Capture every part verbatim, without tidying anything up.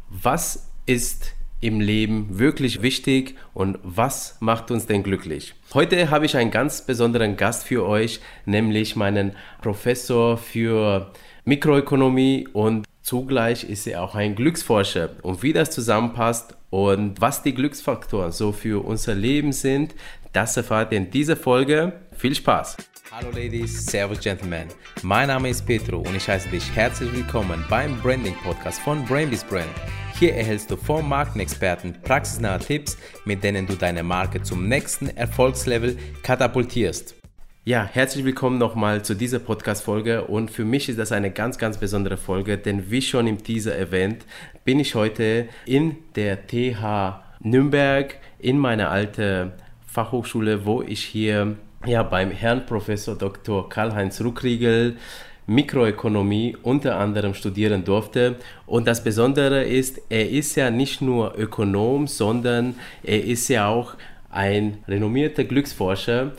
Was ist im Leben wirklich wichtig und was macht uns denn glücklich? Heute habe ich einen ganz besonderen Gast für euch, nämlich meinen Professor für Mikroökonomie und zugleich ist er auch ein Glücksforscher. Und wie das zusammenpasst und was die Glücksfaktoren so für unser Leben sind, das erfahrt ihr in dieser Folge. Viel Spaß! Hallo Ladies, Servus Gentlemen. Mein Name ist Petro und ich heiße dich herzlich willkommen beim Branding Podcast von Brainbees Brand. Hier erhältst du vom Markenexperten praxisnahe Tipps, mit denen du deine Marke zum nächsten Erfolgslevel katapultierst. Ja, herzlich willkommen nochmal zu dieser Podcast-Folge und für mich ist das eine ganz, ganz besondere Folge, denn wie schon im Teaser erwähnt, bin ich heute in der T H Nürnberg in meiner alten Fachhochschule, wo ich hier ja, beim Herrn Professor Doktor Karl-Heinz Ruckriegel Mikroökonomie unter anderem studieren durfte. Und das Besondere ist, er ist ja nicht nur Ökonom, sondern er ist ja auch ein renommierter Glücksforscher,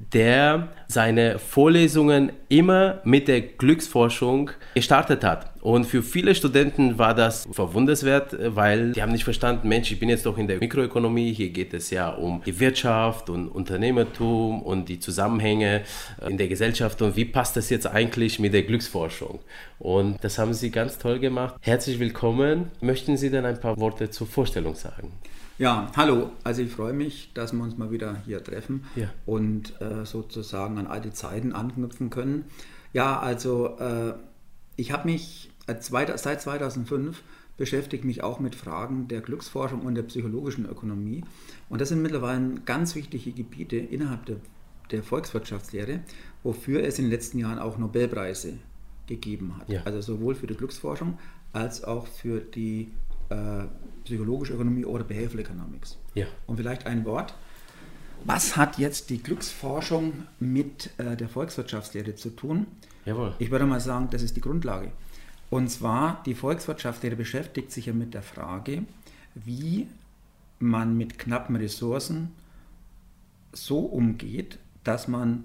der seine Vorlesungen immer mit der Glücksforschung gestartet hat. Und für viele Studenten war das verwundernswert, weil die haben nicht verstanden, Mensch, ich bin jetzt doch in der Mikroökonomie, hier geht es ja um die Wirtschaft und Unternehmertum und die Zusammenhänge in der Gesellschaft und wie passt das jetzt eigentlich mit der Glücksforschung? Und das haben Sie ganz toll gemacht. Herzlich willkommen. Möchten Sie denn ein paar Worte zur Vorstellung sagen? Ja, hallo. Also ich freue mich, dass wir uns mal wieder hier treffen ja. und äh, sozusagen an alte Zeiten anknüpfen können. Ja, also äh, ich habe mich äh, zwei, seit zweitausendfünf beschäftige mich auch mit Fragen der Glücksforschung und der psychologischen Ökonomie. Und das sind mittlerweile ganz wichtige Gebiete innerhalb der, der Volkswirtschaftslehre, wofür es in den letzten Jahren auch Nobelpreise gegeben hat. Ja. Also sowohl für die Glücksforschung als auch für die äh, psychologische Ökonomie oder Behavioral Economics. Ja. Und vielleicht ein Wort. Was hat jetzt die Glücksforschung mit äh, der Volkswirtschaftslehre zu tun? Jawohl. Ich würde mal sagen, das ist die Grundlage. Und zwar, die Volkswirtschaftslehre beschäftigt sich ja mit der Frage, wie man mit knappen Ressourcen so umgeht, dass man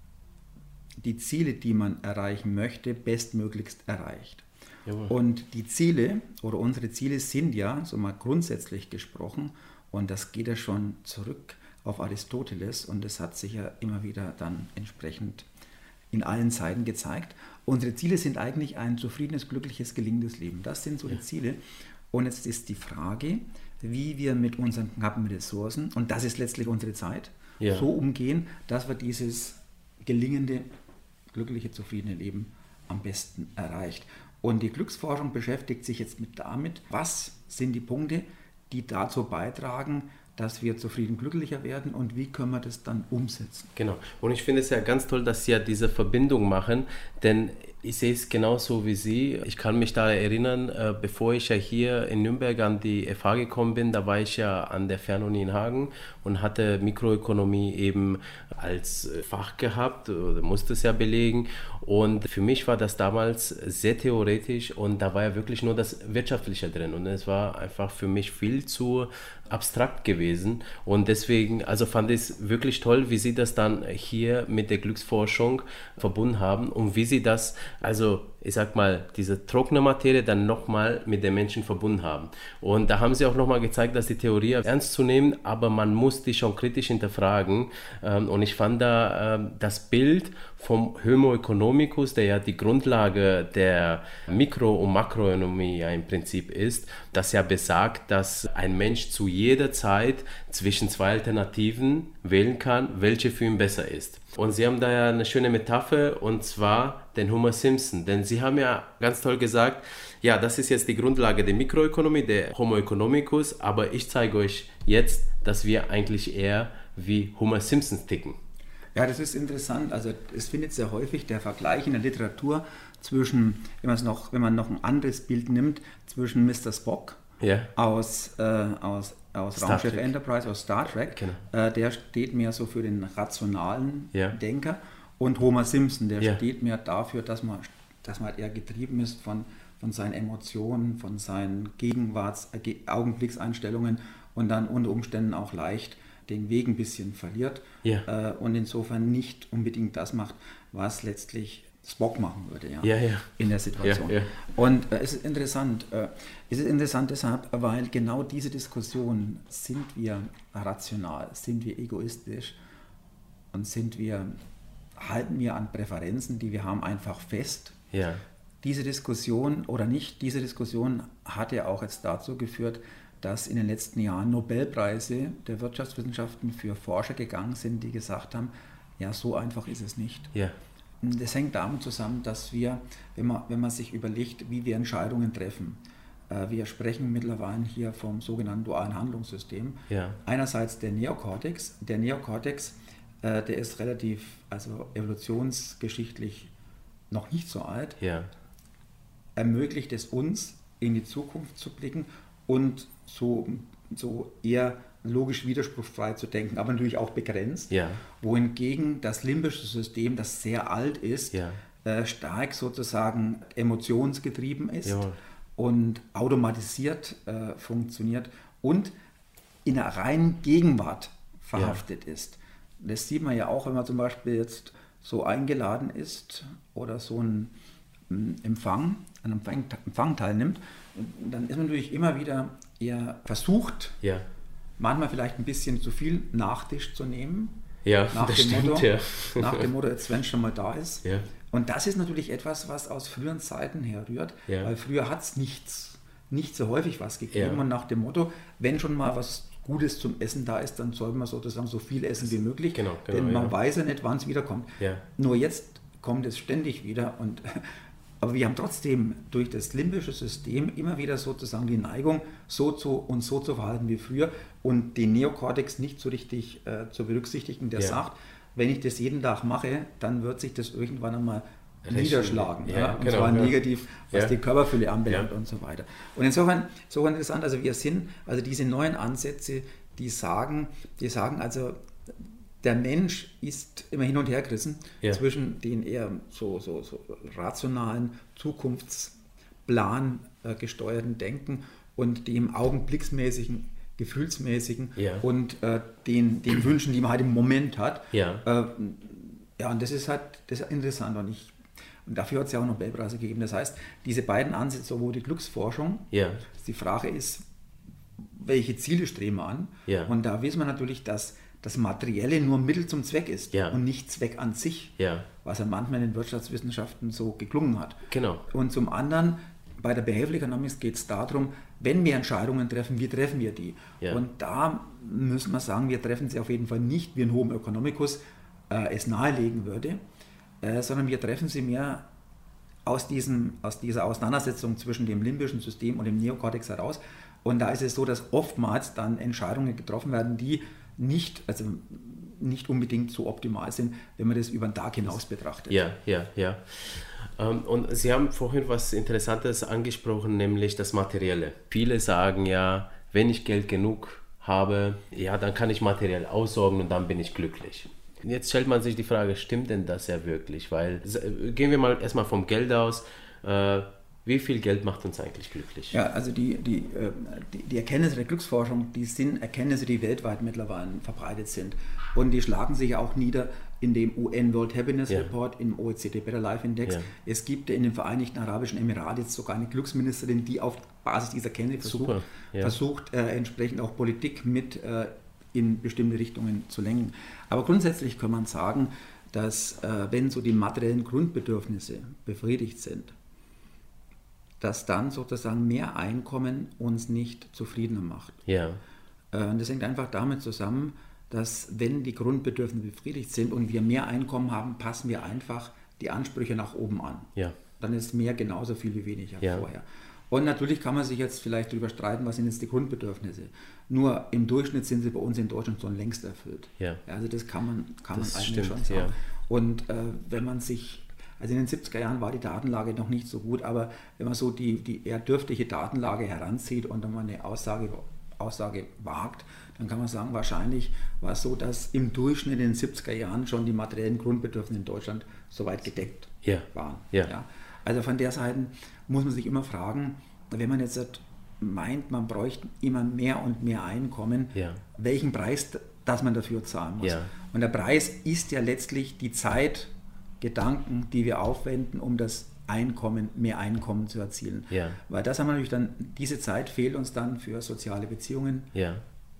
die Ziele, die man erreichen möchte, bestmöglichst erreicht. Jawohl. Und die Ziele oder unsere Ziele sind ja, so mal grundsätzlich gesprochen, und das geht ja schon zurück auf Aristoteles und das hat sich ja immer wieder dann entsprechend in allen Zeiten gezeigt. Unsere Ziele sind eigentlich ein zufriedenes, glückliches, gelingendes Leben. Das sind so die Ziele. Und jetzt ist die Frage, wie wir mit unseren knappen Ressourcen, und das ist letztlich unsere Zeit, ja. so umgehen, dass wir dieses gelingende, glückliche, zufriedene Leben am besten erreicht. Und die Glücksforschung beschäftigt sich jetzt mit damit, was sind die Punkte, die dazu beitragen, dass wir zufrieden glücklicher werden und wie können wir das dann umsetzen. Genau. Und ich finde es ja ganz toll, dass Sie ja diese Verbindung machen, denn ich sehe es genauso wie Sie. Ich kann mich da erinnern, äh, bevor ich ja hier in Nürnberg an die F H gekommen bin, da war ich ja an der Fernuni in Hagen und hatte Mikroökonomie eben als Fach gehabt, oder musste es ja belegen. Und für mich war das damals sehr theoretisch und da war ja wirklich nur das Wirtschaftliche drin. Und es war einfach für mich viel zu abstrakt gewesen. Und deswegen, also fand ich es wirklich toll, wie Sie das dann hier mit der Glücksforschung verbunden haben und wie Sie das, also ich sag mal, diese trockene Materie dann nochmal mit den Menschen verbunden haben. Und da haben Sie auch nochmal gezeigt, dass die Theorie ernst zu nehmen, aber man muss die schon kritisch hinterfragen. Und ich fand da das Bild vom Homo economicus, der ja die Grundlage der Mikro- und Makroökonomie ja im Prinzip ist, das ja besagt, dass ein Mensch zu jeder Zeit zwischen zwei Alternativen wählen kann, welche für ihn besser ist. Und Sie haben da ja eine schöne Metapher, und zwar den Homer Simpson. Denn Sie haben ja ganz toll gesagt, ja, das ist jetzt die Grundlage der Mikroökonomie, der Homo economicus, aber ich zeige euch jetzt, dass wir eigentlich eher wie Homer Simpson ticken. Ja, das ist interessant. Also es findet sehr häufig der Vergleich in der Literatur zwischen, wenn man es noch, wenn man noch ein anderes Bild nimmt, zwischen Mister Spock ja. aus, äh, aus, aus Raumschiff Trek. Enterprise, aus Star Trek. Genau. Äh, der steht mehr so für den rationalen ja. Denker. Und Homer Simpson, der ja. steht mehr dafür, dass man, dass man eher getrieben ist von, von seinen Emotionen, von seinen Gegenwarts-, Augenblickseinstellungen und dann unter Umständen auch leicht den Weg ein bisschen verliert ja. äh, und insofern nicht unbedingt das macht, was letztlich Spock machen würde, ja, ja, ja. in der Situation. Ja, ja. Und äh, es ist interessant, äh, es ist interessant deshalb, weil genau diese Diskussion, sind wir rational, sind wir egoistisch und sind wir, halten wir an Präferenzen, die wir haben, einfach fest. Ja. Diese Diskussion oder nicht, diese Diskussion hat ja auch jetzt dazu geführt, dass in den letzten Jahren Nobelpreise der Wirtschaftswissenschaften für Forscher gegangen sind, die gesagt haben, ja, so einfach ist es nicht. Ja. Das hängt damit zusammen, dass wir, wenn man, wenn man sich überlegt, wie wir Entscheidungen treffen, äh, wir sprechen mittlerweile hier vom sogenannten dualen Handlungssystem. Ja. Einerseits der Neokortex. Der Neokortex, äh, der ist relativ, also evolutionsgeschichtlich noch nicht so alt, Ja. ermöglicht es uns, in die Zukunft zu blicken und so, so eher logisch widerspruchsfrei zu denken, aber natürlich auch begrenzt. Ja. Wohingegen das limbische System, das sehr alt ist, Ja. äh, stark sozusagen emotionsgetrieben ist Jawohl. und automatisiert äh, funktioniert und in der reinen Gegenwart verhaftet ja. ist. Das sieht man ja auch, wenn man zum Beispiel jetzt so eingeladen ist oder so einen Empfang, an einem Empfang, Empfang teilnimmt, dann ist man natürlich immer wieder eher versucht, Ja. manchmal vielleicht ein bisschen zu viel Nachtisch zu nehmen. Ja, nach das dem stimmt, Motto, ja. nach dem Motto, jetzt wenn es schon mal da ist. Ja. Und das ist natürlich etwas, was aus früheren Zeiten herrührt, Ja. weil früher hat es nichts, nicht so häufig was gegeben. Ja. Und nach dem Motto, wenn schon mal was Gutes zum Essen da ist, dann soll man sozusagen so viel essen wie möglich, Genau, genau, denn man ja. weiß ja nicht, wann es wiederkommt. Ja. Nur jetzt kommt es ständig wieder und aber wir haben trotzdem durch das limbische System immer wieder sozusagen die Neigung, so zu uns so zu verhalten wie früher und den Neokortex nicht so richtig äh, zu berücksichtigen, der Ja. sagt, wenn ich das jeden Tag mache, dann wird sich das irgendwann einmal Richtig. niederschlagen. Ja, Ja, und genau, zwar ja. negativ, was Ja. die Körperfülle anbelangt Ja. und so weiter. Und insofern so interessant, also wir sind, also diese neuen Ansätze, die sagen, die sagen also, der Mensch ist immer hin und her gerissen Ja. zwischen den eher so, so, so rationalen, Zukunftsplan äh, gesteuerten Denken und dem augenblicksmäßigen, gefühlsmäßigen Ja. und äh, den, den Wünschen, die man halt im Moment hat. Ja. Äh, ja, und das ist halt das ist interessant und, ich, und dafür hat es ja auch Nobelpreise gegeben. Das heißt, diese beiden Ansätze, sowohl die Glücksforschung, Ja. die Frage ist, welche Ziele streben wir an? Ja. Und da wissen wir natürlich, dass das Materielle nur Mittel zum Zweck ist Ja. und nicht Zweck an sich, Ja. was ja manchmal in den Wirtschaftswissenschaften so geklungen hat. Genau. Und zum anderen, bei der Behavioral Economics geht es darum, wenn wir Entscheidungen treffen, wie treffen wir die? Ja. Und da müssen wir sagen, wir treffen sie auf jeden Fall nicht, wie ein Homo economicus äh, es nahelegen würde, äh, sondern wir treffen sie mehr aus, diesem, aus dieser Auseinandersetzung zwischen dem limbischen System und dem Neokortex heraus. Und da ist es so, dass oftmals dann Entscheidungen getroffen werden, die nicht, also nicht unbedingt so optimal sind, wenn man das über den Tag hinaus betrachtet. Ja, ja, ja. Ähm, Und Sie haben vorhin was Interessantes angesprochen, nämlich das Materielle. Viele sagen ja, wenn ich Geld genug habe, ja, dann kann ich materiell aussorgen und dann bin ich glücklich. Jetzt stellt man sich die Frage, stimmt denn das ja wirklich? Weil, gehen wir mal erstmal vom Geld aus, äh, wie viel Geld macht uns eigentlich glücklich? Ja, also die, die, äh, die, die Erkenntnisse der Glücksforschung, die sind Erkenntnisse, die weltweit mittlerweile verbreitet sind. Und die schlagen sich auch nieder in dem U N World Happiness Ja. Report, im O E C D Better Life Index. Ja. Es gibt in den Vereinigten Arabischen Emiraten jetzt sogar eine Glücksministerin, die auf Basis dieser Erkenntnisse versucht, Super, ja. versucht äh, entsprechend auch Politik mit äh, in bestimmte Richtungen zu lenken. Aber grundsätzlich kann man sagen, dass äh, wenn so die materiellen Grundbedürfnisse befriedigt sind, dass dann sozusagen mehr Einkommen uns nicht zufriedener macht. Ja, Äh, Und das hängt einfach damit zusammen, dass wenn die Grundbedürfnisse befriedigt sind und wir mehr Einkommen haben, passen wir einfach die Ansprüche nach oben an. ja, Dann ist mehr genauso viel wie weniger Ja. vorher. Und natürlich kann man sich jetzt vielleicht darüber streiten, was sind jetzt die Grundbedürfnisse. Nur im Durchschnitt sind sie bei uns in Deutschland schon längst erfüllt. Ja. Also das kann man, kann Das man eigentlich stimmt, schon sagen. ja. Und äh, wenn man sich, also in den siebziger Jahren war die Datenlage noch nicht so gut, aber wenn man so die, die eher dürftige Datenlage heranzieht und dann mal eine Aussage, Aussage wagt, dann kann man sagen, wahrscheinlich war es so, dass im Durchschnitt in den siebziger Jahren schon die materiellen Grundbedürfnisse in Deutschland soweit gedeckt Ja. waren. Ja. Also von der Seite muss man sich immer fragen, wenn man jetzt meint, man bräuchte immer mehr und mehr Einkommen, Ja. welchen Preis, dass man dafür zahlen muss. Ja. Und der Preis ist ja letztlich die Zeit Gedanken, die wir aufwenden, um das Einkommen, mehr Einkommen zu erzielen. Ja. Weil das haben wir natürlich dann, diese Zeit fehlt uns dann für soziale Beziehungen, Ja.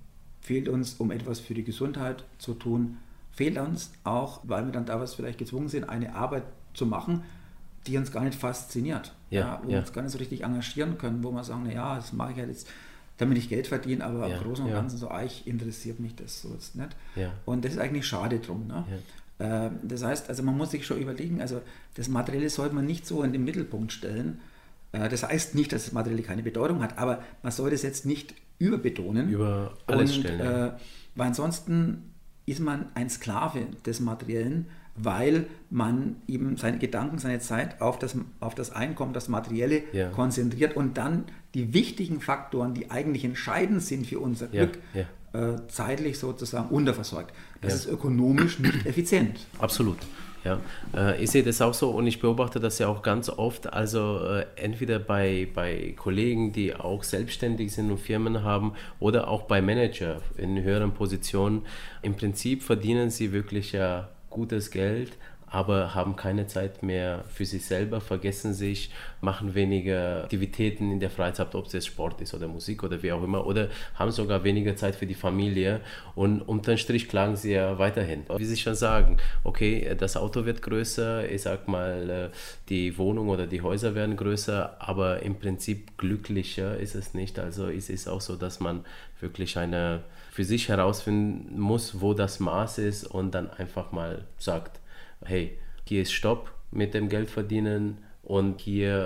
fehlt uns, um etwas für die Gesundheit zu tun, fehlt uns auch, weil wir dann da was vielleicht gezwungen sind, eine Arbeit zu machen, die uns gar nicht fasziniert, Ja, ja, wo ja. wir uns gar nicht so richtig engagieren können, wo wir sagen, naja, das mache ich halt jetzt, damit ich Geld verdiene, aber Ja, im Großen und ja. Ganzen so, eigentlich interessiert mich das so jetzt nicht. Ja. Und das ist eigentlich schade drum. Ne? Ja. Das heißt, also man muss sich schon überlegen, also das Materielle sollte man nicht so in den Mittelpunkt stellen. Das heißt nicht, dass das Materielle keine Bedeutung hat, aber man sollte es jetzt nicht überbetonen. Über alles und, stellen. Ja. Äh, weil ansonsten ist man ein Sklave des Materiellen, weil man eben seine Gedanken, seine Zeit auf das, auf das Einkommen, das Materielle Ja. konzentriert und dann die wichtigen Faktoren, die eigentlich entscheidend sind für unser Glück, Ja, Äh, zeitlich sozusagen unterversorgt. Das Ja. ist ökonomisch nicht effizient. Absolut. Ja, äh, ich sehe das auch so und ich beobachte das ja auch ganz oft, also äh, entweder bei, bei Kollegen, die auch selbstständig sind und Firmen haben oder auch bei Manager in höheren Positionen. Im Prinzip verdienen sie wirklich ja gutes Geld, aber haben keine Zeit mehr für sich selber, vergessen sich, machen weniger Aktivitäten in der Freizeit, ob es jetzt Sport ist oder Musik oder wie auch immer, oder haben sogar weniger Zeit für die Familie und unterm Strich klagen sie ja weiterhin. Wie Sie schon sagen, okay, das Auto wird größer, ich sag mal, die Wohnung oder die Häuser werden größer, aber im Prinzip glücklicher ist es nicht. Also es ist auch so, dass man wirklich eine für sich herausfinden muss, wo das Maß ist und dann einfach mal sagt, hey, hier ist Stopp mit dem Geld verdienen und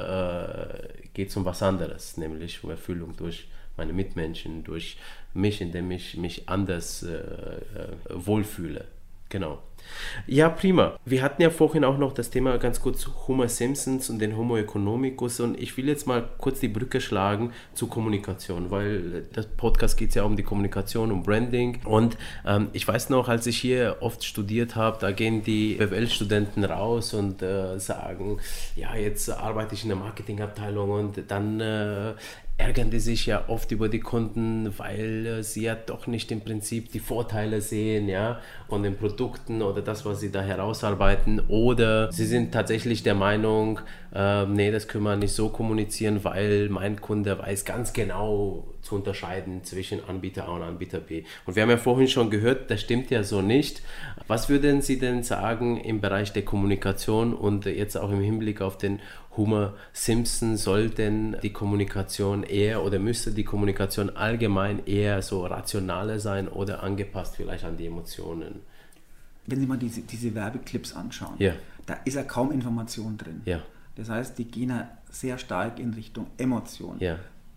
hier äh, geht es um was anderes, nämlich um Erfüllung durch meine Mitmenschen, durch mich, indem ich mich anders äh, äh, wohlfühle. Genau. Ja, prima. Wir hatten ja vorhin auch noch das Thema ganz kurz Homo Simpsons und den Homo economicus und ich will jetzt mal kurz die Brücke schlagen zur Kommunikation, weil das Podcast geht ja um die Kommunikation, um Branding und ähm, ich weiß noch, als ich hier oft studiert habe, da gehen die B W L-Studenten raus und äh, sagen, ja, jetzt arbeite ich in der Marketingabteilung und dann äh, ärgern die sich ja oft über die Kunden, weil äh, sie ja doch nicht im Prinzip die Vorteile sehen, ja, von den Produkten oder das, was sie da herausarbeiten, oder sie sind tatsächlich der Meinung, äh, nee, das können wir nicht so kommunizieren, weil mein Kunde weiß ganz genau zu unterscheiden zwischen Anbieter A und Anbieter B. Und wir haben ja vorhin schon gehört, das stimmt ja so nicht. Was würden Sie denn sagen im Bereich der Kommunikation und jetzt auch im Hinblick auf den Homer Simpson, soll denn die Kommunikation eher oder müsste die Kommunikation allgemein eher so rationaler sein oder angepasst vielleicht an die Emotionen? Wenn Sie mal diese, diese Werbeclips anschauen, Ja. da ist ja kaum Information drin. Ja. Das heißt, die gehen ja sehr stark in Richtung Emotion. Ja.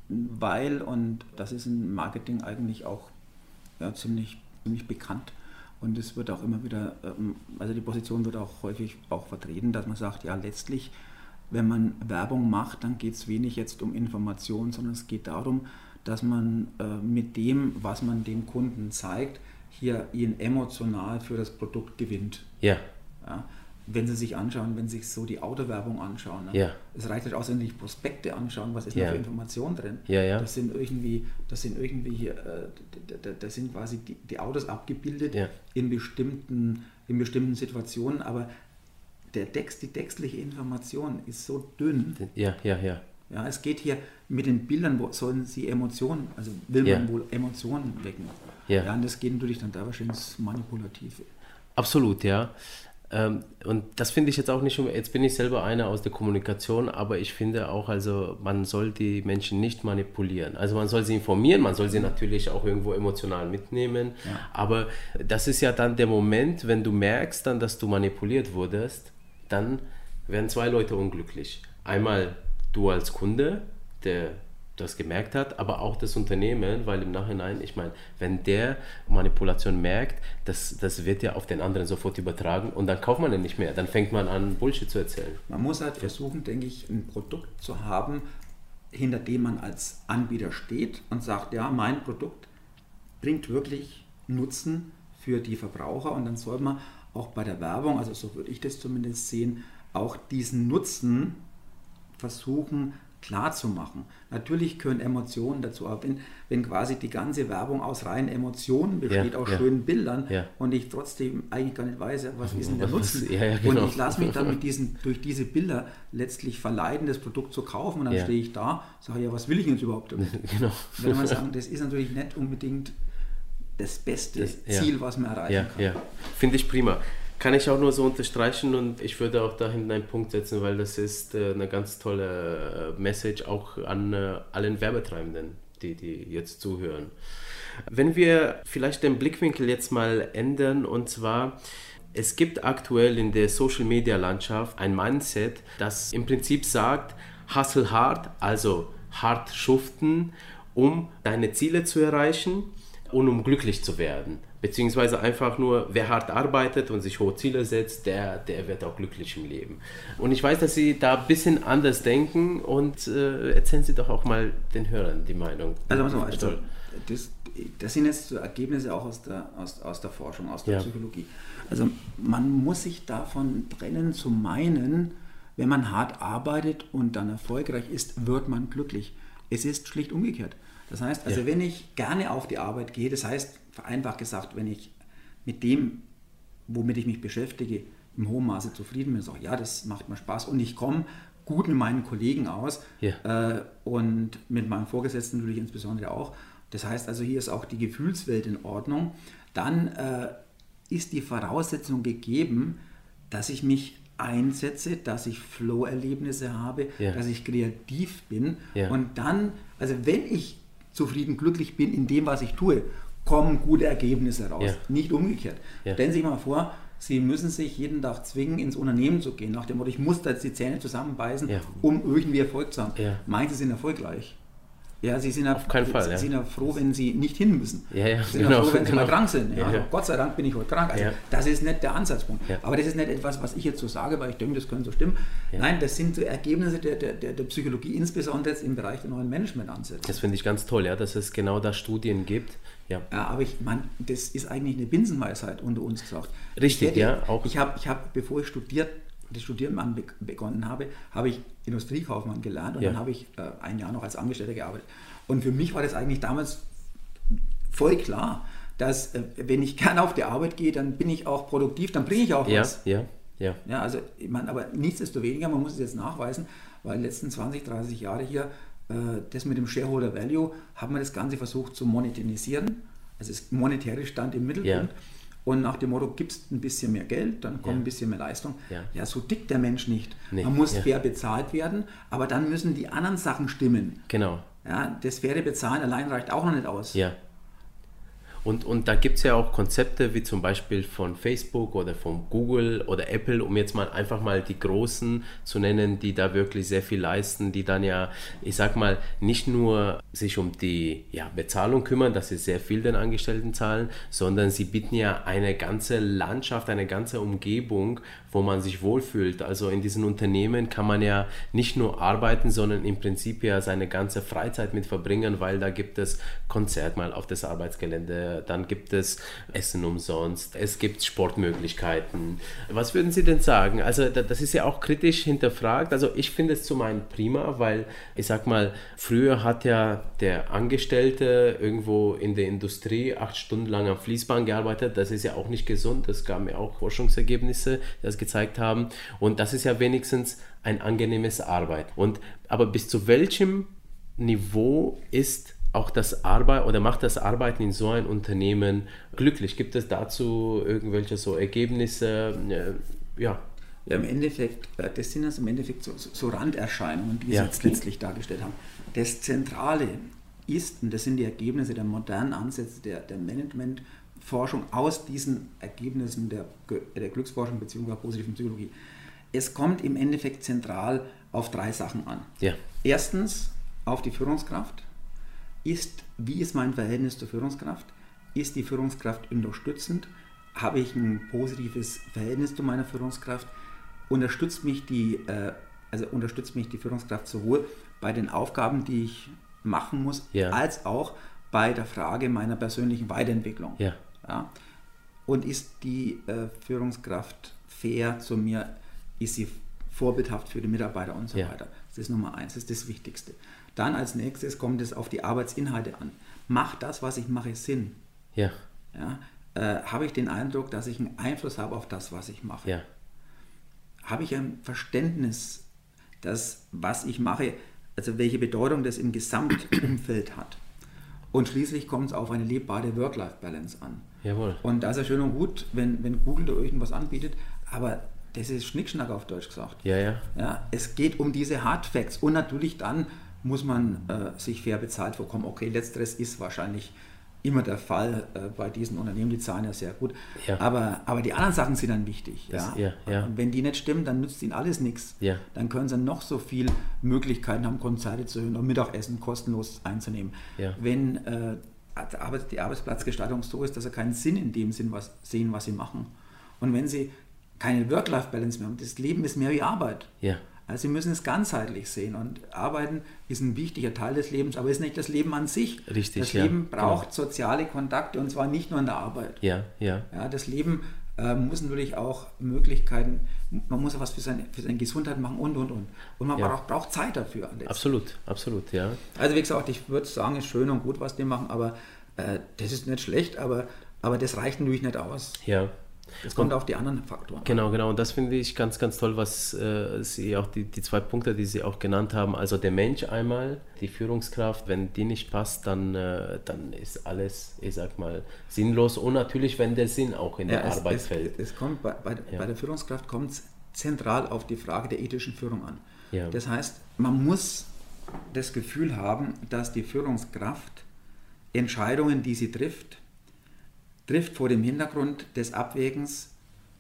Weil, und das ist im Marketing eigentlich auch ja, ziemlich, ziemlich bekannt, und es wird auch immer wieder, also die Position wird auch häufig auch vertreten, dass man sagt, ja letztlich, wenn man Werbung macht, dann geht es wenig jetzt um Information, sondern es geht darum, dass man äh, mit dem, was man dem Kunden zeigt, hier ihn emotional für das Produkt gewinnt. Ja. Ja, wenn Sie sich anschauen, wenn Sie sich so die Autowerbung anschauen, ne? Ja. Es reicht nicht aus, wenn Sie die Prospekte anschauen, was ist Ja. da für Informationen drin. Ja, ja. Das sind irgendwie, das sind irgendwie hier, äh, da, da sind quasi die, die Autos abgebildet Ja. in bestimmten, in bestimmten Situationen, aber der Text, die textliche Information ist so dünn. Ja, ja, ja. Ja, es geht hier mit den Bildern, wo sollen Sie Emotionen, also will Ja. man wohl Emotionen wecken. Ja. Ja, und das geht natürlich dann da wahrscheinlich ins Manipulative. Absolut, ja. Ähm, und das finde ich jetzt auch nicht, jetzt bin ich selber einer aus der Kommunikation, aber ich finde auch, also man soll die Menschen nicht manipulieren. Also man soll sie informieren, man soll sie natürlich auch irgendwo emotional mitnehmen, Ja. aber das ist ja dann der Moment, wenn du merkst dann, dass du manipuliert wurdest, dann werden zwei Leute unglücklich. Einmal du als Kunde, der das gemerkt hat, aber auch das Unternehmen, weil im Nachhinein, ich meine, wenn der Manipulation merkt, das, das wird ja auf den anderen sofort übertragen und dann kauft man den nicht mehr, dann fängt man an, Bullshit zu erzählen. Man muss halt versuchen, denke ich, ein Produkt zu haben, hinter dem man als Anbieter steht und sagt, ja, mein Produkt bringt wirklich Nutzen für die Verbraucher, und dann soll man auch bei der Werbung, also so würde ich das zumindest sehen, auch diesen Nutzen versuchen klar zu machen. Natürlich gehören Emotionen dazu, aber wenn, wenn quasi die ganze Werbung aus reinen Emotionen besteht, ja, aus ja. schönen Bildern ja. und ich trotzdem eigentlich gar nicht weiß, was ist denn der Nutzen? Ja, ja, genau. Und ich lasse mich dann mit diesen, durch diese Bilder letztlich verleiten, das Produkt zu kaufen und dann ja. stehe ich da und sage, ja, was will ich jetzt überhaupt damit? Genau. Wenn man sagen, das ist natürlich nicht unbedingt das beste das, Ziel, ja. was man erreichen ja, kann. Ja. Finde ich prima. Kann ich auch nur so unterstreichen und ich würde auch da hinten einen Punkt setzen, weil das ist äh, eine ganz tolle äh, Message auch an äh, allen Werbetreibenden, die, die jetzt zuhören. Wenn wir vielleicht den Blickwinkel jetzt mal ändern und zwar, es gibt aktuell in der Social-Media-Landschaft ein Mindset, das im Prinzip sagt, hustle hard, also hart schuften, um deine Ziele zu erreichen und um glücklich zu werden. Beziehungsweise einfach nur, wer hart arbeitet und sich hohe Ziele setzt, der, der wird auch glücklich im Leben. Und ich weiß, dass Sie da ein bisschen anders denken und äh, erzählen Sie doch auch mal den Hörern die Meinung. Also, also das, das sind jetzt so Ergebnisse auch aus der, aus, aus der Forschung, aus der ja. Psychologie. Also man muss sich davon trennen zu meinen, wenn man hart arbeitet und dann erfolgreich ist, wird man glücklich. Es ist schlicht umgekehrt. Das heißt, also ja. wenn ich gerne auf die Arbeit gehe, das heißt, vereinfacht gesagt, wenn ich mit dem, womit ich mich beschäftige, im hohen Maße zufrieden bin, sage, ja, das macht mir Spaß und ich komme gut mit meinen Kollegen aus ja. äh, und mit meinem Vorgesetzten natürlich insbesondere auch. Das heißt also, hier ist auch die Gefühlswelt in Ordnung. Dann äh, ist die Voraussetzung gegeben, dass ich mich einsetze, dass ich Flow-Erlebnisse habe, ja. dass ich kreativ bin ja. und dann, also wenn ich zufrieden, glücklich bin in dem, was ich tue, kommen gute Ergebnisse raus, ja. nicht umgekehrt. Ja. Stellen Sie sich mal vor, Sie müssen sich jeden Tag zwingen, ins Unternehmen zu gehen, nach dem Motto, ich muss da jetzt die Zähne zusammenbeißen, ja. um irgendwie Erfolg zu haben. Ja. Meinen Sie, sind erfolgreich? Ja, Sie sind ja, auf keinen Fall, Sie ja. sind ja froh, wenn Sie nicht hin müssen. Ja, ja, Sie sind genau, ja froh, wenn Sie genau. mal krank sind. Ja, Ja, ja. Gott sei Dank bin ich heute krank. Also, ja. Das ist nicht der Ansatzpunkt. Ja. Aber das ist nicht etwas, was ich jetzt so sage, weil ich denke, das könnte so stimmen. Ja. Nein, das sind so Ergebnisse der, der, der, der Psychologie, insbesondere jetzt im Bereich der neuen Management-Ansätze. Das finde ich ganz toll, ja, dass es genau da Studien gibt. Ja, ja aber ich meine, das ist eigentlich eine Binsenweisheit unter uns gesagt. Richtig, hätte, ja. Auch. Ich habe, ich hab, bevor ich studiert das Studieren begonnen habe, habe ich Industriekaufmann gelernt und ja. dann habe ich äh, ein Jahr noch als Angestellter gearbeitet. Und für mich war das eigentlich damals voll klar, dass äh, wenn ich gerne auf die Arbeit gehe, dann bin ich auch produktiv, dann bringe ich auch ja, was. Ja, ja. Ja, also, ich meine, aber nichtsdestoweniger, man muss es jetzt nachweisen, weil die letzten zwanzig, dreißig Jahre hier, äh, das mit dem Shareholder Value, haben wir das Ganze versucht zu monetarisieren. Also das Monetäre stand im Mittelpunkt. Ja. Und nach dem Motto, gibst ein bisschen mehr Geld, dann kommt ja. ein bisschen mehr Leistung. Ja. ja, so tickt der Mensch nicht. Nee. Man muss ja. fair bezahlt werden, aber dann müssen die anderen Sachen stimmen. Genau. Ja, das faire Bezahlen allein reicht auch noch nicht aus. Ja. Und, und da gibt es ja auch Konzepte wie zum Beispiel von Facebook oder von Google oder Apple, um jetzt mal einfach mal die Großen zu nennen, die da wirklich sehr viel leisten, die dann ja, ich sag mal, nicht nur sich um die ja, Bezahlung kümmern, dass sie sehr viel den Angestellten zahlen, sondern sie bieten ja eine ganze Landschaft, eine ganze Umgebung, wo man sich wohlfühlt. Also in diesen Unternehmen kann man ja nicht nur arbeiten, sondern im Prinzip ja seine ganze Freizeit mit verbringen, weil da gibt es Konzert mal auf das Arbeitsgelände, dann gibt es Essen umsonst, es gibt Sportmöglichkeiten. Was würden Sie denn sagen? Also das ist ja auch kritisch hinterfragt. Also ich finde es zum einen prima, weil ich sag mal, früher hat ja der Angestellte irgendwo in der Industrie acht Stunden lang am Fließband gearbeitet. Das ist ja auch nicht gesund. Das gab mir auch Forschungsergebnisse, die das gezeigt haben. Und das ist ja wenigstens ein angenehmes Arbeit. Und aber bis zu welchem Niveau ist auch das Arbeit oder macht das Arbeiten in so einem Unternehmen glücklich? Gibt es dazu irgendwelche so Ergebnisse? Ja. Ja, im Endeffekt, das sind also im Endeffekt so, so Randerscheinungen, die wir ja. jetzt letztlich dargestellt haben. Das Zentrale ist, und das sind die Ergebnisse der modernen Ansätze der, der Managementforschung aus diesen Ergebnissen der, der Glücksforschung bzw. positiven Psychologie. Es kommt im Endeffekt zentral auf drei Sachen an. Ja. Erstens auf die Führungskraft. Ist, wie ist mein Verhältnis zur Führungskraft? Ist die Führungskraft unterstützend? Habe ich ein positives Verhältnis zu meiner Führungskraft? Unterstützt mich die, äh, also unterstützt mich die Führungskraft sowohl bei den Aufgaben, die ich machen muss, ja. als auch bei der Frage meiner persönlichen Weiterentwicklung. Ja. Ja? Und ist die äh, Führungskraft fair zu mir? Ist sie vorbildhaft für die Mitarbeiter und so ja. weiter? Das ist Nummer eins, das ist das Wichtigste. Dann als nächstes kommt es auf die Arbeitsinhalte an. Macht das, was ich mache, Sinn? Ja. Ja? Äh, habe ich den Eindruck, dass ich einen Einfluss habe auf das, was ich mache? Ja. Habe ich ein Verständnis, dass was ich mache, also welche Bedeutung das im Gesamtumfeld hat? Und schließlich kommt es auf eine lebbare Work-Life-Balance an. Jawohl. Und da ist ja schön und gut, wenn, wenn Google da irgendwas anbietet, aber das ist Schnickschnack auf Deutsch gesagt. Ja, ja. Ja, es geht um diese Hard Facts und natürlich dann muss man äh, sich fair bezahlt vorkommen. Okay, letzteres ist wahrscheinlich immer der Fall äh, bei diesen Unternehmen, die zahlen ja sehr gut. Ja. Aber, aber die anderen Sachen sind dann wichtig. Das, ja? Ja, ja. Und wenn die nicht stimmen, dann nützt ihnen alles nichts. Ja. Dann können sie noch so viele Möglichkeiten haben, Konzerte zu hören und Mittagessen kostenlos einzunehmen. Ja. Wenn äh, die Arbeitsplatzgestaltung so ist, dass sie keinen Sinn in dem Sinn was, sehen, was sie machen. Und wenn sie keine Work-Life-Balance mehr haben, das Leben ist mehr wie Arbeit. Ja. Also sie müssen es ganzheitlich sehen und Arbeiten ist ein wichtiger Teil des Lebens, aber ist nicht das Leben an sich. Richtig, das ja, Leben braucht genau. soziale Kontakte und zwar nicht nur in der Arbeit. Ja, ja. Ja, das Leben äh, muss natürlich auch Möglichkeiten, man muss ja was für seine, für seine Gesundheit machen und, und, und. Und man Ja. braucht, braucht Zeit dafür. Absolut, absolut, ja. Also wie gesagt, ich würde sagen, es ist schön und gut, was die machen, aber äh, das ist nicht schlecht, aber, aber das reicht natürlich nicht aus. Ja. Das kommt auf die anderen Faktoren an. Genau, genau. Und das finde ich ganz, ganz toll, was äh, Sie auch, die, die zwei Punkte, die Sie auch genannt haben. Also der Mensch einmal, die Führungskraft, wenn die nicht passt, dann, äh, dann ist alles, ich sag mal, sinnlos. Und natürlich, wenn der Sinn auch in Ja, der es, Arbeit es, fällt. Es kommt bei, bei, Ja. bei der Führungskraft kommt es zentral auf die Frage der ethischen Führung an. Ja. Das heißt, man muss das Gefühl haben, dass die Führungskraft Entscheidungen, die sie trifft, trifft vor dem Hintergrund des Abwägens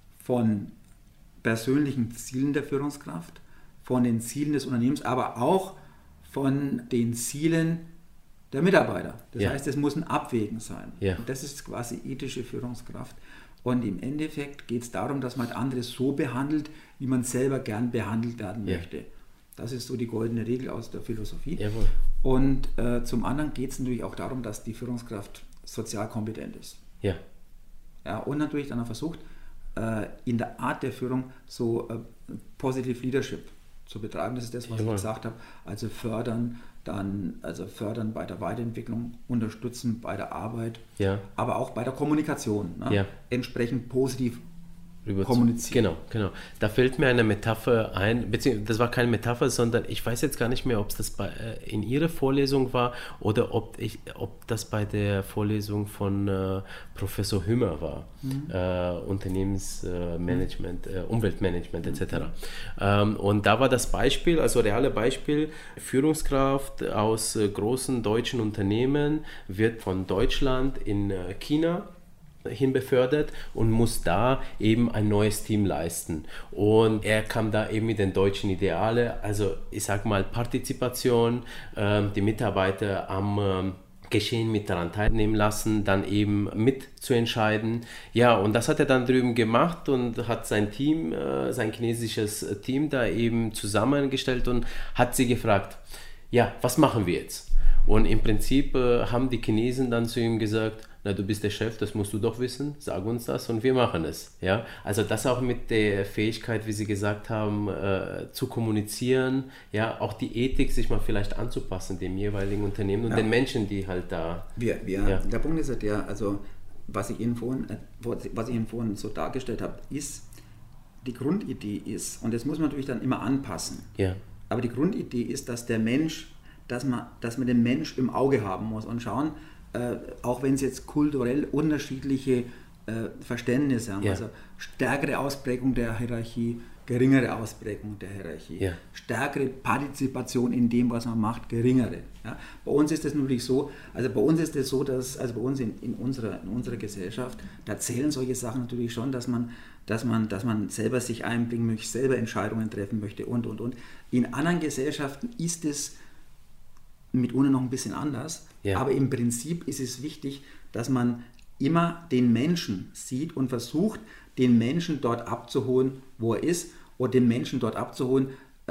von persönlichen Zielen der Führungskraft, von den Zielen des Unternehmens, aber auch von den Zielen der Mitarbeiter. Das Ja. heißt, es muss ein Abwägen sein. Ja. Und das ist quasi ethische Führungskraft. Und im Endeffekt geht es darum, dass man andere so behandelt, wie man selber gern behandelt werden Ja. möchte. Das ist so die goldene Regel aus der Philosophie. Jawohl. Und äh, zum anderen geht es natürlich auch darum, dass die Führungskraft sozial kompetent ist. Ja. Ja, und natürlich dann auch versucht, äh, in der Art der Führung so äh, Positive Leadership zu betreiben. Das ist das, was Jawohl. ich gesagt habe. Also fördern, dann, also fördern bei der Weiterentwicklung, unterstützen bei der Arbeit, Ja. aber auch bei der Kommunikation. Ne? Ja. Entsprechend positiv Rüber kommunizieren. Genau, genau. Da fällt mir eine Metapher ein, beziehungsweise das war keine Metapher, sondern ich weiß jetzt gar nicht mehr, ob es das bei, äh, in Ihrer Vorlesung war oder ob, ich, ob das bei der Vorlesung von äh, Professor Hümmer war, mhm. äh, Unternehmensmanagement, äh, Umweltmanagement et cetera. Mhm. Ähm, und da war das Beispiel, also reale Beispiel, Führungskraft aus äh, großen deutschen Unternehmen wird von Deutschland in äh, China hin befördert und muss da eben ein neues Team leisten. Und er kam da eben mit den deutschen Idealen, also ich sag mal Partizipation, ähm, die Mitarbeiter am ähm, Geschehen mit daran teilnehmen lassen, dann eben mitzuentscheiden. Ja, und das hat er dann drüben gemacht und hat sein Team, äh, sein chinesisches Team da eben zusammengestellt und hat sie gefragt, ja, was machen wir jetzt? Und im Prinzip äh, haben die Chinesen dann zu ihm gesagt, na, du bist der Chef, das musst du doch wissen, sag uns das und wir machen es. Ja? Also das auch mit der Fähigkeit, wie Sie gesagt haben, äh, zu kommunizieren, ja, auch die Ethik sich mal vielleicht anzupassen dem jeweiligen Unternehmen und Ja. den Menschen, die halt da... Wir, wir, Ja. Der Punkt ist ja der, also was ich Ihnen vorhin, äh, was ich Ihnen vorhin so dargestellt habe, ist, die Grundidee ist, und das muss man natürlich dann immer anpassen, Ja, aber die Grundidee ist, dass der Mensch, dass man, dass man den Mensch im Auge haben muss und schauen, äh, auch wenn es jetzt kulturell unterschiedliche äh, Verständnisse haben, Ja. also stärkere Ausprägung der Hierarchie, geringere Ausprägung der Hierarchie, Ja. stärkere Partizipation in dem, was man macht, geringere. Ja? Bei uns ist das natürlich so, also bei uns ist es so, dass, also bei uns in, in, unserer, in unserer Gesellschaft, da zählen solche Sachen natürlich schon, dass man, dass man, dass man selber sich einbringen möchte, selber Entscheidungen treffen möchte und, und, und. In anderen Gesellschaften ist es mitunter noch ein bisschen anders, Ja. aber im Prinzip ist es wichtig, dass man immer den Menschen sieht und versucht, den Menschen dort abzuholen, wo er ist, oder den Menschen dort abzuholen, äh,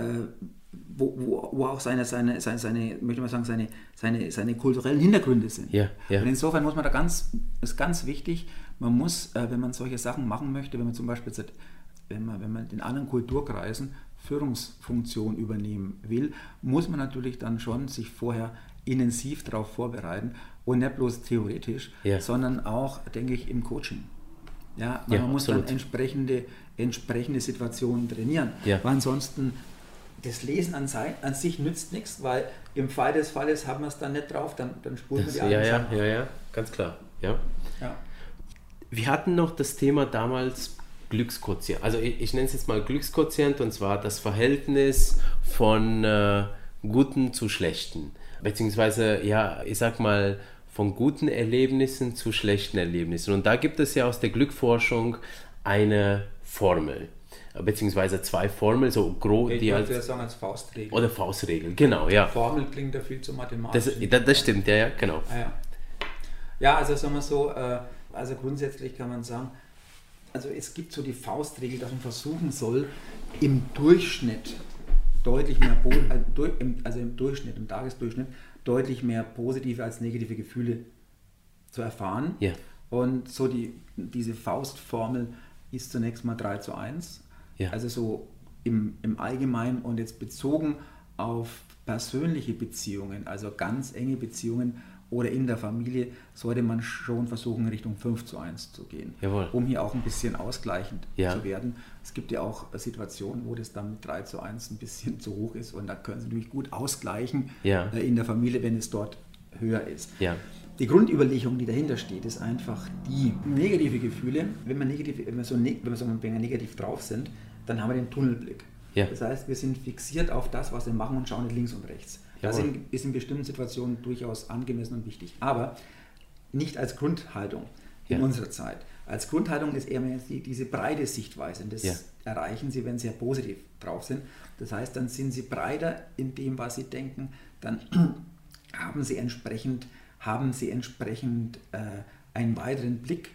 wo, wo, wo auch seine, seine, seine, seine, möchte man sagen, seine, seine, seine kulturellen Hintergründe sind. Ja, ja. Und insofern muss man da ganz, ist ganz wichtig, man muss, äh, wenn man solche Sachen machen möchte, wenn man zum Beispiel, wenn man, wenn man in anderen Kulturkreisen Führungsfunktion übernehmen will, muss man natürlich dann schon sich vorher intensiv darauf vorbereiten und nicht bloß theoretisch, ja. sondern auch, denke ich, im Coaching. Ja, weil ja, man muss absolut. dann entsprechende, entsprechende Situationen trainieren, ja. weil ansonsten das Lesen an, sein, an sich nützt nichts, weil im Fall des Falles haben wir es dann nicht drauf, dann, dann spulen wir die ja, ja, ja, ja, ganz klar. Ja. Ja. Wir hatten noch das Thema damals Glücksquotient. Also ich, ich nenne es jetzt mal Glücksquotient, und zwar das Verhältnis von äh, guten zu schlechten. Beziehungsweise, ja, ich sag mal, von guten Erlebnissen zu schlechten Erlebnissen. Und da gibt es ja aus der Glückforschung eine Formel, beziehungsweise zwei Formeln, so grob, ich die als... Ich würde sagen als Faustregel. Oder Faustregel, genau, ja. Formel klingt ja viel zu mathematisch. Das, das, das stimmt, ja, ja, genau. Ah, ja. ja, also sagen wir so, äh, also grundsätzlich kann man sagen, also es gibt so die Faustregel, dass man versuchen soll, im Durchschnitt deutlich mehr, also im Durchschnitt, im Tagesdurchschnitt, deutlich mehr positive als negative Gefühle zu erfahren. Ja. Und so die, diese Faustformel ist zunächst mal drei zu eins. Ja. Also so im, im Allgemeinen und jetzt bezogen auf persönliche Beziehungen, also ganz enge Beziehungen oder in der Familie, sollte man schon versuchen, Richtung fünf zu eins zu gehen, Jawohl. um hier auch ein bisschen ausgleichend ja. zu werden. Es gibt ja auch Situationen, wo das dann mit drei zu eins ein bisschen zu hoch ist, und da können Sie natürlich gut ausgleichen ja. in der Familie, wenn es dort höher ist. Ja. Die Grundüberlegung, die dahinter steht, ist einfach die negative Gefühle. Wenn wir, negativ, wenn wir so, wenn wir so ein wenig negativ drauf sind, dann haben wir den Tunnelblick. Ja. Das heißt, wir sind fixiert auf das, was wir machen, und schauen nicht links und rechts. Das ist in bestimmten Situationen durchaus angemessen und wichtig. Aber nicht als Grundhaltung in ja. unserer Zeit. Als Grundhaltung ist eher mehr die, diese breite Sichtweise. Und das ja. erreichen Sie, wenn Sie ja positiv drauf sind. Das heißt, dann sind Sie breiter in dem, was Sie denken. Dann haben Sie entsprechend, haben Sie entsprechend äh, einen weiteren Blick,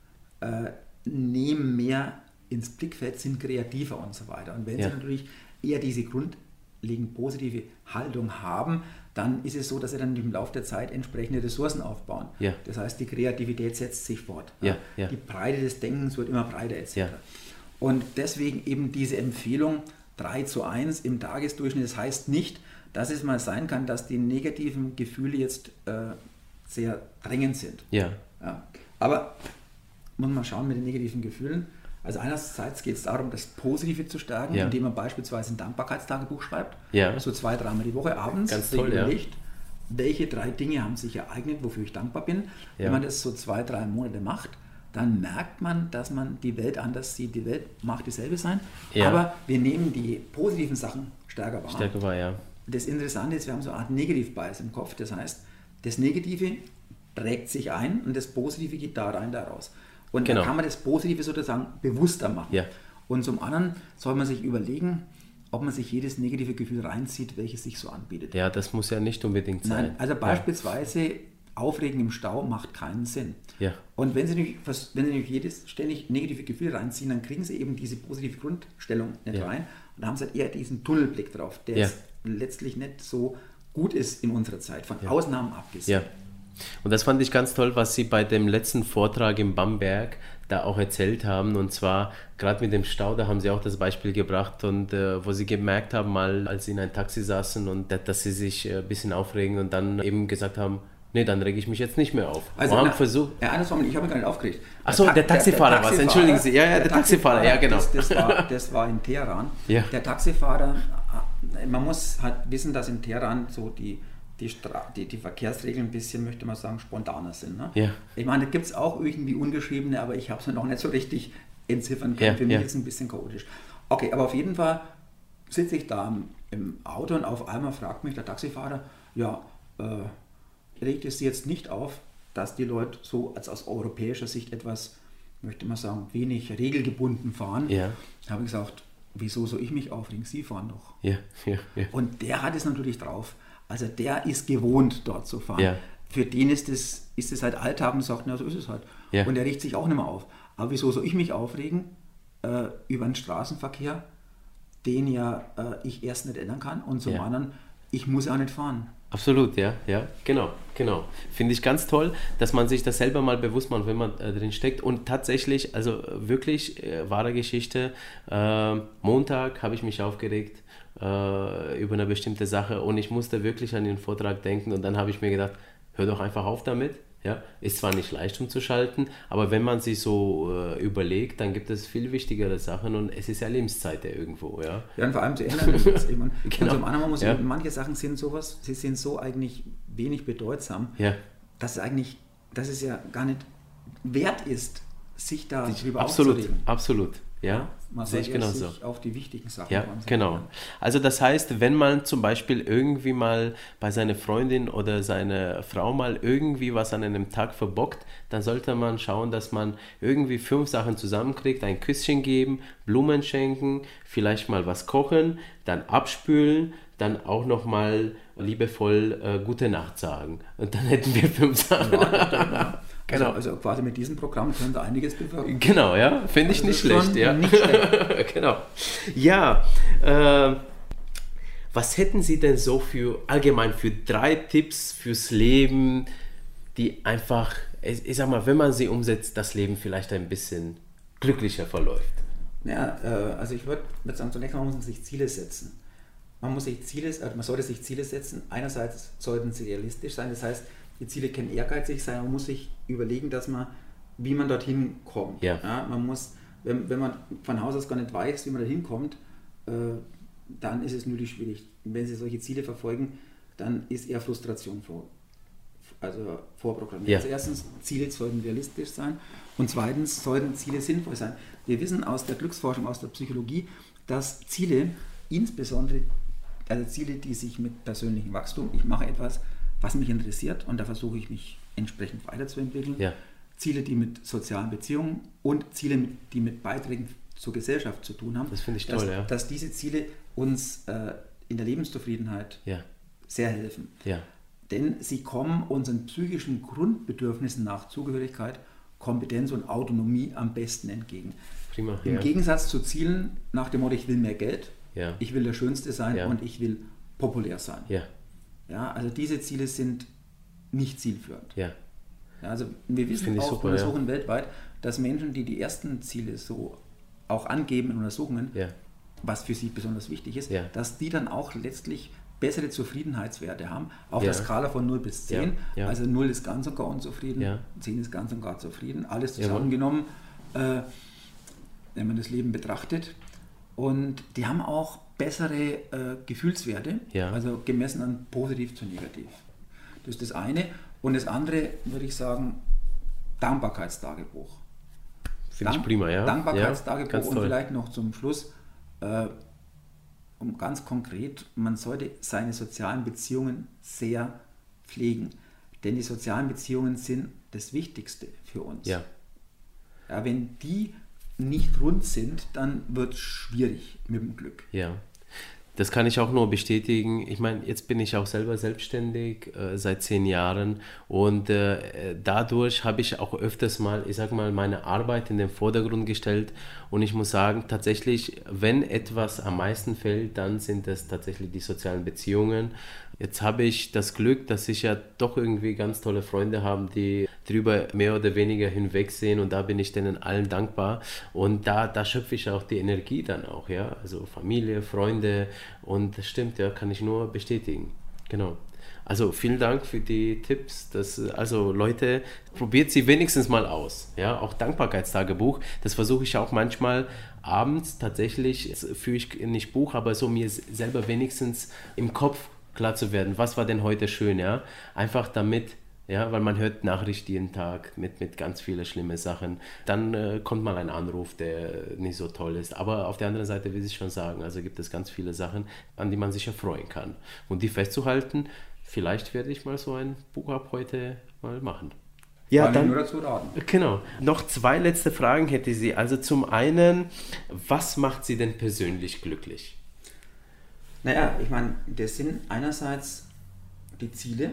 äh, nehmen mehr ins Blickfeld, sind kreativer und so weiter. Und wenn ja. Sie natürlich eher diese grundlegend positive Haltung haben, dann ist es so, dass sie dann im Laufe der Zeit entsprechende Ressourcen aufbauen. Ja. Das heißt, die Kreativität setzt sich fort. Ja. Ja. Die Breite des Denkens wird immer breiter et cetera. Ja. Und deswegen eben diese Empfehlung drei zu eins im Tagesdurchschnitt. Das heißt nicht, dass es mal sein kann, dass die negativen Gefühle jetzt äh, sehr drängend sind. Ja. Ja. Aber muss man schauen mit den negativen Gefühlen. Also einerseits geht es darum, das Positive zu stärken, ja. indem man beispielsweise ein Dankbarkeitstagebuch schreibt, ja. so zwei, dreimal die Woche abends. Ganz toll, überlegt, ja. welche drei Dinge haben sich ereignet, wofür ich dankbar bin. Ja. Wenn man das so zwei, drei Monate macht, dann merkt man, dass man die Welt anders sieht. Die Welt mag dieselbe sein, ja. aber wir nehmen die positiven Sachen stärker wahr. Stärker wahr, ja. Das Interessante ist, wir haben so eine Art Negativ-Bias im Kopf. Das heißt, das Negative prägt sich ein und das Positive geht da rein, da raus. Und genau. dann kann man das Positive sozusagen bewusster machen. Ja. Und zum anderen soll man sich überlegen, ob man sich jedes negative Gefühl reinzieht, welches sich so anbietet. Ja, das muss ja nicht unbedingt sein. Nein, also beispielsweise ja. Aufregen im Stau macht keinen Sinn. Ja. Und wenn Sie natürlich, wenn Sie natürlich jedes ständig negative Gefühl reinziehen, dann kriegen Sie eben diese positive Grundstellung nicht ja. rein. Und da haben Sie halt eher diesen Tunnelblick drauf, der ja. letztlich nicht so gut ist in unserer Zeit, von ja. Ausnahmen abgesehen. Ja. Und das fand ich ganz toll, was Sie bei dem letzten Vortrag in Bamberg da auch erzählt haben. Und zwar gerade mit dem Stau, da haben Sie auch das Beispiel gebracht, und äh, wo Sie gemerkt haben, mal als Sie in einem Taxi saßen, und dass Sie sich äh, ein bisschen aufregen und dann eben gesagt haben, nee, dann rege ich mich jetzt nicht mehr auf. Also haben na, versucht. Ja, das war, ich habe mich gar nicht aufgeregt. Achso, der, der Taxifahrer war es, entschuldigen Sie. Ja, ja, der, der Taxifahrer, Taxifahrer, ja genau. Das, das, war, das war in Teheran. Ja. Der Taxifahrer, man muss halt wissen, dass in Teheran so die Die, Stra- die, die Verkehrsregeln ein bisschen, möchte man sagen, spontaner sind. Ne? Ja. Ich meine, da gibt es auch irgendwie ungeschriebene, aber ich habe es noch nicht so richtig entziffern können. Ja, Für mich ja. ist es ein bisschen chaotisch. Okay, aber auf jeden Fall sitze ich da im, im Auto, und auf einmal fragt mich der Taxifahrer, ja, äh, regt es Sie jetzt nicht auf, dass die Leute so als aus europäischer Sicht etwas, möchte man sagen, wenig regelgebunden fahren? Ja. Da habe ich gesagt, wieso soll ich mich aufregen? Sie fahren doch. Ja, ja, ja. Und der hat es natürlich drauf. Also der ist gewohnt, dort zu fahren. Ja. Für den ist es ist es halt Alltag, und sagt, na so ist es halt. Ja. Und der regt sich auch nicht mehr auf. Aber wieso soll ich mich aufregen äh, über einen Straßenverkehr, den ja äh, ich erst nicht ändern kann, und zum ja. anderen, ich muss auch nicht fahren. Absolut, ja, ja, genau, Genau, finde ich ganz toll, dass man sich das selber mal bewusst macht, wenn man äh, drin steckt. Und tatsächlich, also wirklich äh, wahre Geschichte, äh, Montag habe ich mich aufgeregt äh, über eine bestimmte Sache und ich musste wirklich an den Vortrag denken und dann habe ich mir gedacht, hör doch einfach auf damit. Ja, ist zwar nicht leicht umzuschalten, aber wenn man sich so äh, überlegt, dann gibt es viel wichtigere Sachen und es ist ja Lebenszeit ja irgendwo, ja. Ja, und vor allem zu ändern. Ich meine, Genau. und zum anderen, man muss Ja. manche Sachen sind sowas, sie sind so eigentlich wenig bedeutsam, Ja. dass es eigentlich, dass es ja gar nicht wert ist, sich da drüber Absolut, aufzuregen. absolut, ja, Man sehe soll ich erst genauso. sich auf die wichtigen Sachen Ja, konzentrieren. genau. Also das heißt, wenn man zum Beispiel irgendwie mal bei seiner Freundin oder seiner Frau mal irgendwie was an einem Tag verbockt, dann sollte man schauen, dass man irgendwie fünf Sachen zusammenkriegt, ein Küsschen geben, Blumen schenken, vielleicht mal was kochen, dann abspülen, dann auch nochmal liebevoll äh, Gute Nacht sagen. Und dann hätten wir fünf Sachen. Ja, Genau. Also, also quasi mit diesem Programm können wir einiges bewirken. Genau, ja, finde ich Also nicht das ist schlecht. schon Ja. nicht schlecht. Genau. Ja, äh, was hätten Sie denn so für allgemein für drei Tipps fürs Leben, die einfach, ich, ich sag mal, wenn man sie umsetzt, das Leben vielleicht ein bisschen glücklicher verläuft? Ja, äh, also ich würde würd sagen, zunächst mal muss man sich Ziele setzen. Man muss sich Ziele, also man sollte sich Ziele setzen. Einerseits sollten sie realistisch sein, das heißt, die Ziele können ehrgeizig sein, man muss sich überlegen, dass man, wie man dorthin kommt. Ja. Ja, man muss, wenn, wenn man von Haus aus gar nicht weiß, wie man dorthin kommt, äh, dann ist es nötig schwierig. Und wenn Sie solche Ziele verfolgen, dann ist eher Frustration vor, also vorprogrammiert. Ja. Also erstens, Ziele sollten realistisch sein und zweitens sollten Ziele sinnvoll sein. Wir wissen aus der Glücksforschung, aus der Psychologie, dass Ziele, insbesondere also Ziele, die sich mit persönlichem Wachstum, ich mache etwas, was mich interessiert und da versuche ich mich entsprechend weiterzuentwickeln. Ja. Ziele, die mit sozialen Beziehungen und Ziele, die mit Beiträgen zur Gesellschaft zu tun haben. Das finde ich dass, toll, ja. Dass diese Ziele uns äh, in der Lebenszufriedenheit Ja, sehr helfen. ja, Denn sie kommen unseren psychischen Grundbedürfnissen nach Zugehörigkeit, Kompetenz und Autonomie am besten entgegen. prima. Im Ja. Gegensatz zu Zielen nach dem Motto, ich will mehr Geld, Ja. ich will der Schönste sein Ja. und ich will populär sein. Ja, Ja, also diese Ziele sind nicht zielführend. ja, Ja, also wir wissen Finde ich auch, super, Untersuchungen weltweit, dass Menschen, die die ersten Ziele so auch angeben in Untersuchungen, ja, was für sie besonders wichtig ist, Ja. dass die dann auch letztlich bessere Zufriedenheitswerte haben, auf Ja. der Skala von null bis zehn. Ja, ja. Also null ist ganz und gar unzufrieden, Ja. zehn ist ganz und gar zufrieden, alles Jawohl. zusammengenommen, äh, wenn man das Leben betrachtet. Und die haben auch bessere äh, Gefühlswerte, Ja. also gemessen an positiv zu negativ. Das ist das eine. Und das andere, würde ich sagen, Dankbarkeitstagebuch. finde ich Dank- prima, ja. Dankbarkeitstagebuch ja, ganz und toll. vielleicht noch zum Schluss, äh, um ganz konkret, man sollte seine sozialen Beziehungen sehr pflegen. Denn die sozialen Beziehungen sind das Wichtigste für uns. Ja, Ja, wenn die nicht rund sind, dann wird es schwierig mit dem Glück. ja. Das kann ich auch nur bestätigen. Ich meine, jetzt bin ich auch selber selbstständig äh, seit zehn Jahren und äh, dadurch habe ich auch öfters mal, ich sag mal, meine Arbeit in den Vordergrund gestellt und ich muss sagen, tatsächlich, wenn etwas am meisten fällt, dann sind es tatsächlich die sozialen Beziehungen. Jetzt habe ich das Glück, dass ich ja doch irgendwie ganz tolle Freunde habe, die drüber mehr oder weniger hinwegsehen und da bin ich denen allen dankbar und da, da schöpfe ich auch die Energie dann auch, ja, also Familie, Freunde und das stimmt, ja, kann ich nur bestätigen, genau. Also vielen Dank für die Tipps, das, also Leute, probiert sie wenigstens mal aus, ja, auch Dankbarkeitstagebuch, das versuche ich auch manchmal abends tatsächlich, führe ich nicht Buch, aber so mir selber wenigstens im Kopf klar zu werden, was war denn heute schön, ja, einfach damit. Ja, weil man hört Nachrichten jeden Tag mit, mit ganz vielen schlimmen Sachen. Dann äh, kommt mal ein Anruf, der nicht so toll ist. Aber auf der anderen Seite will ich schon sagen, also gibt es ganz viele Sachen, an die man sich erfreuen kann. Und die festzuhalten, vielleicht werde ich mal so ein Buch ab heute mal machen. Ja, Kann ich dann, nur dazu raten. genau. Noch zwei letzte Fragen hätte sie. Also zum einen, was macht Sie denn persönlich glücklich? Naja, ich meine, das sind einerseits die Ziele.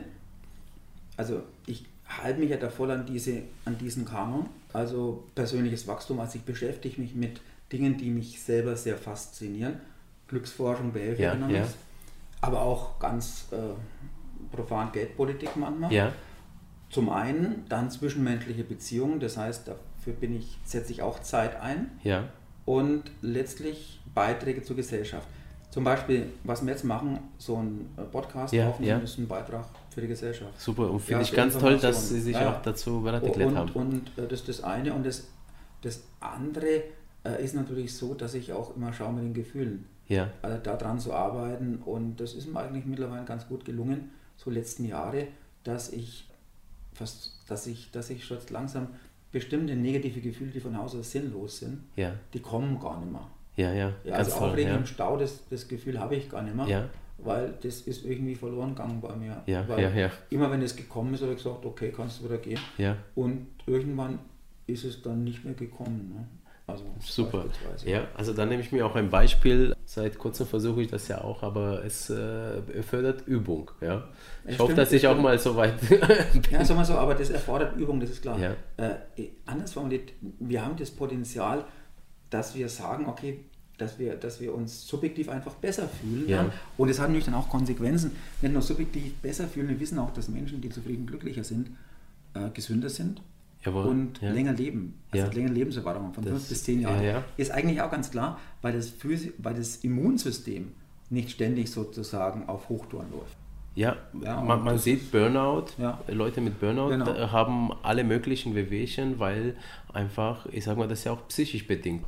Also ich halte mich ja da voll an, diese, an diesen Kanon, also persönliches Wachstum, also ich beschäftige mich mit Dingen, die mich selber sehr faszinieren, Glücksforschung, Ja, Behavioral Economics, ja. aber auch ganz äh, profan Geldpolitik manchmal. Ja. Zum einen dann zwischenmenschliche Beziehungen, das heißt, dafür bin ich, setze ich auch Zeit ein. Ja. Und letztlich Beiträge zur Gesellschaft. Zum Beispiel, was wir jetzt machen, so ein Podcast ja, aufnehmen, ja. ist ein Beitrag für die Gesellschaft. Super, und finde ja, ich ganz toll, dass Sie sich ja, auch dazu bereit erklärt und, haben. Und äh, das ist das eine. Und das, das andere äh, ist natürlich so, dass ich auch immer schaue mit den Gefühlen. Ja. Also daran zu arbeiten. Und das ist mir eigentlich mittlerweile ganz gut gelungen, so letzten Jahre, dass ich fast, dass ich, dass ich schon langsam bestimmte negative Gefühle, die von Haus aus sinnlos sind, ja. die kommen gar nicht mehr. Ja, ja, ja ganz also toll, Aufregung ja. im Stau, das, das Gefühl habe ich gar nicht mehr, ja. weil das ist irgendwie verloren gegangen bei mir. Ja, weil ja, ja. immer wenn es gekommen ist, habe ich gesagt, okay, kannst du wieder gehen. Ja. Und irgendwann ist es dann nicht mehr gekommen. Ne? Also super. Ja, also dann nehme ich mir auch ein Beispiel. Seit kurzem versuche ich das ja auch, aber es äh, fördert Übung. Ja. Ich ja, hoffe, stimmt, dass ich auch mal so weit bin. Ja, sag mal so, aber das erfordert Übung, das ist klar. Ja. Äh, anders formuliert, wir haben das Potenzial, dass wir sagen, okay, dass wir, dass wir uns subjektiv einfach besser fühlen. Ja. Ja? Und das hat natürlich dann auch Konsequenzen. Wenn wir uns subjektiv besser fühlen, wir wissen auch, dass Menschen, die zufrieden glücklicher sind, äh, gesünder sind. Jawohl, und ja. länger leben, also ja. länger Lebenserwartung von fünf bis zehn Jahren, ja, ja. ist eigentlich auch ganz klar, weil das, Physi- weil das Immunsystem nicht ständig sozusagen auf Hochtouren läuft. Ja, ja man, man sieht Burnout, ja. Leute mit Burnout genau. haben alle möglichen Wehwehchen, weil einfach, ich sag mal, das ist ja auch psychisch bedingt.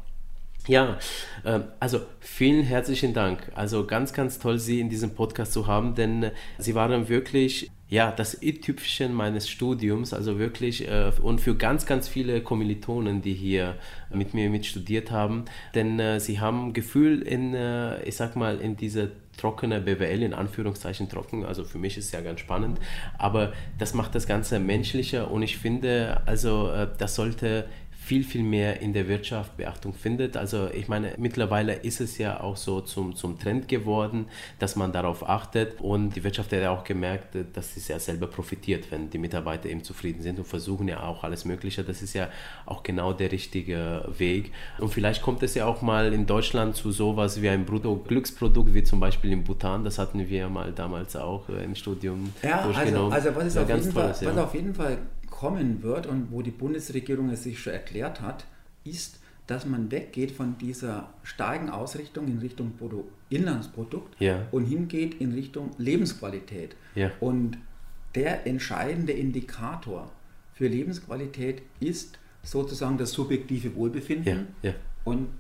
Ja, also vielen herzlichen Dank. Also ganz, ganz toll, Sie in diesem Podcast zu haben, denn Sie waren wirklich ja, das i-Tüpfchen meines Studiums, also wirklich äh, und für ganz, ganz viele Kommilitonen, die hier mit mir mit studiert haben, denn äh, sie haben Gefühl in, äh, ich sag mal, in diese trockene B W L, in Anführungszeichen trocken, also für mich ist es ja ganz spannend, aber das macht das Ganze menschlicher und ich finde, also äh, das sollte viel, viel mehr in der Wirtschaft Beachtung findet. Also ich meine, mittlerweile ist es ja auch so zum, zum Trend geworden, dass man darauf achtet und die Wirtschaft hat ja auch gemerkt, dass sie ja selber profitiert, wenn die Mitarbeiter eben zufrieden sind und versuchen ja auch alles Mögliche. Das ist ja auch genau der richtige Weg. Und vielleicht kommt es ja auch mal in Deutschland zu sowas wie ein Brutto-Glücksprodukt, wie zum Beispiel in Bhutan. Das hatten wir ja mal damals auch im Studium ja, durchgenommen. Also, also was, ist ja, auf ganz jeden tolles, Fall, ja. was auf jeden Fall kommen wird und wo die Bundesregierung es sich schon erklärt hat, ist, dass man weggeht von dieser starken Ausrichtung in Richtung Bruttoinlandsprodukt ja. und hingeht in Richtung Lebensqualität. Ja. Und der entscheidende Indikator für Lebensqualität ist sozusagen das subjektive Wohlbefinden ja. Ja. und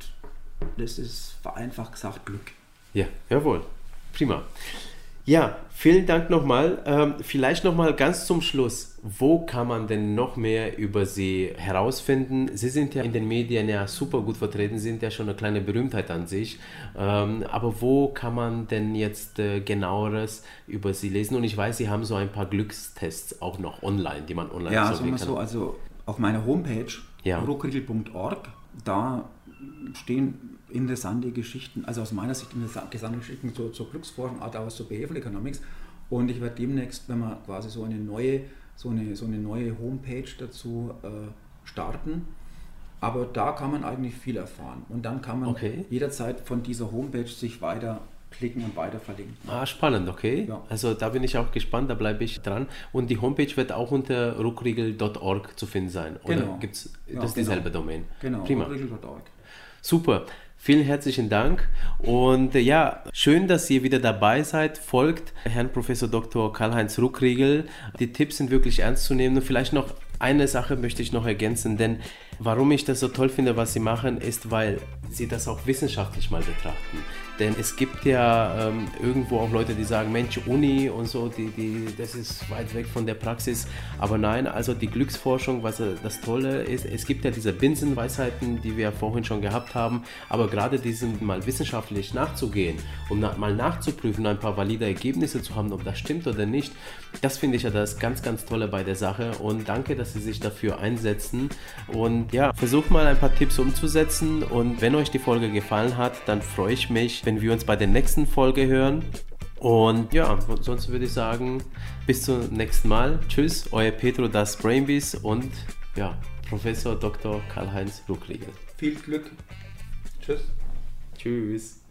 das ist vereinfacht gesagt Glück. Ja, jawohl. Prima. Ja, vielen Dank nochmal. Ähm, vielleicht nochmal ganz zum Schluss. Wo kann man denn noch mehr über Sie herausfinden? Sie sind ja in den Medien ja super gut vertreten, sind ja schon eine kleine Berühmtheit an sich. Ähm, aber wo kann man denn jetzt äh, genaueres über Sie lesen? Und ich weiß, Sie haben so ein paar Glückstests auch noch online, die man online ja, so sagen wir so, also auf meiner Homepage ja. ruckriegel punkt org, da stehen interessante Geschichten, also aus meiner Sicht interessante Geschichten zur, zur Glücksforschung, aber auch zur Behavioral Economics. Und ich werde demnächst, wenn wir quasi so eine neue, so eine, so eine neue Homepage dazu äh, starten. Aber da kann man eigentlich viel erfahren. Und dann kann man okay. jederzeit von dieser Homepage sich weiter klicken und weiter verlinken. Ah, spannend, okay. Ja. Also da bin ich auch gespannt, da bleibe ich dran. Und die Homepage wird auch unter ruckriegel punkt org zu finden sein, oder? Genau. Gibt's, das ja, ist genau. dieselbe Domain. Genau, ruckriegel punkt org. Super. Vielen herzlichen Dank und äh, ja, schön, dass ihr wieder dabei seid. Folgt Herrn Professor Doktor Karl-Heinz Ruckriegel. Die Tipps sind wirklich ernst zu nehmen und vielleicht noch eine Sache möchte ich noch ergänzen, denn warum ich das so toll finde, was Sie machen, ist, weil Sie das auch wissenschaftlich mal betrachten. Denn es gibt ja ähm, irgendwo auch Leute, die sagen, Mensch, Uni und so, die, die, das ist weit weg von der Praxis. Aber nein, also die Glücksforschung, was das Tolle ist, es gibt ja diese Binsenweisheiten, die wir ja vorhin schon gehabt haben, aber gerade diesem mal wissenschaftlich nachzugehen und na, mal nachzuprüfen, ein paar valide Ergebnisse zu haben, ob das stimmt oder nicht, das finde ich ja das ganz, ganz Tolle bei der Sache und danke, dass Sie sich dafür einsetzen und ja, versucht mal ein paar Tipps umzusetzen und wenn euch die Folge gefallen hat, dann freue ich mich, wenn wir uns bei der nächsten Folge hören. Und ja, sonst würde ich sagen, bis zum nächsten Mal. Tschüss, euer Pedro das Brainbees und ja, Professor Doktor Karl-Heinz Ruckriegel. Viel Glück. Tschüss. Tschüss.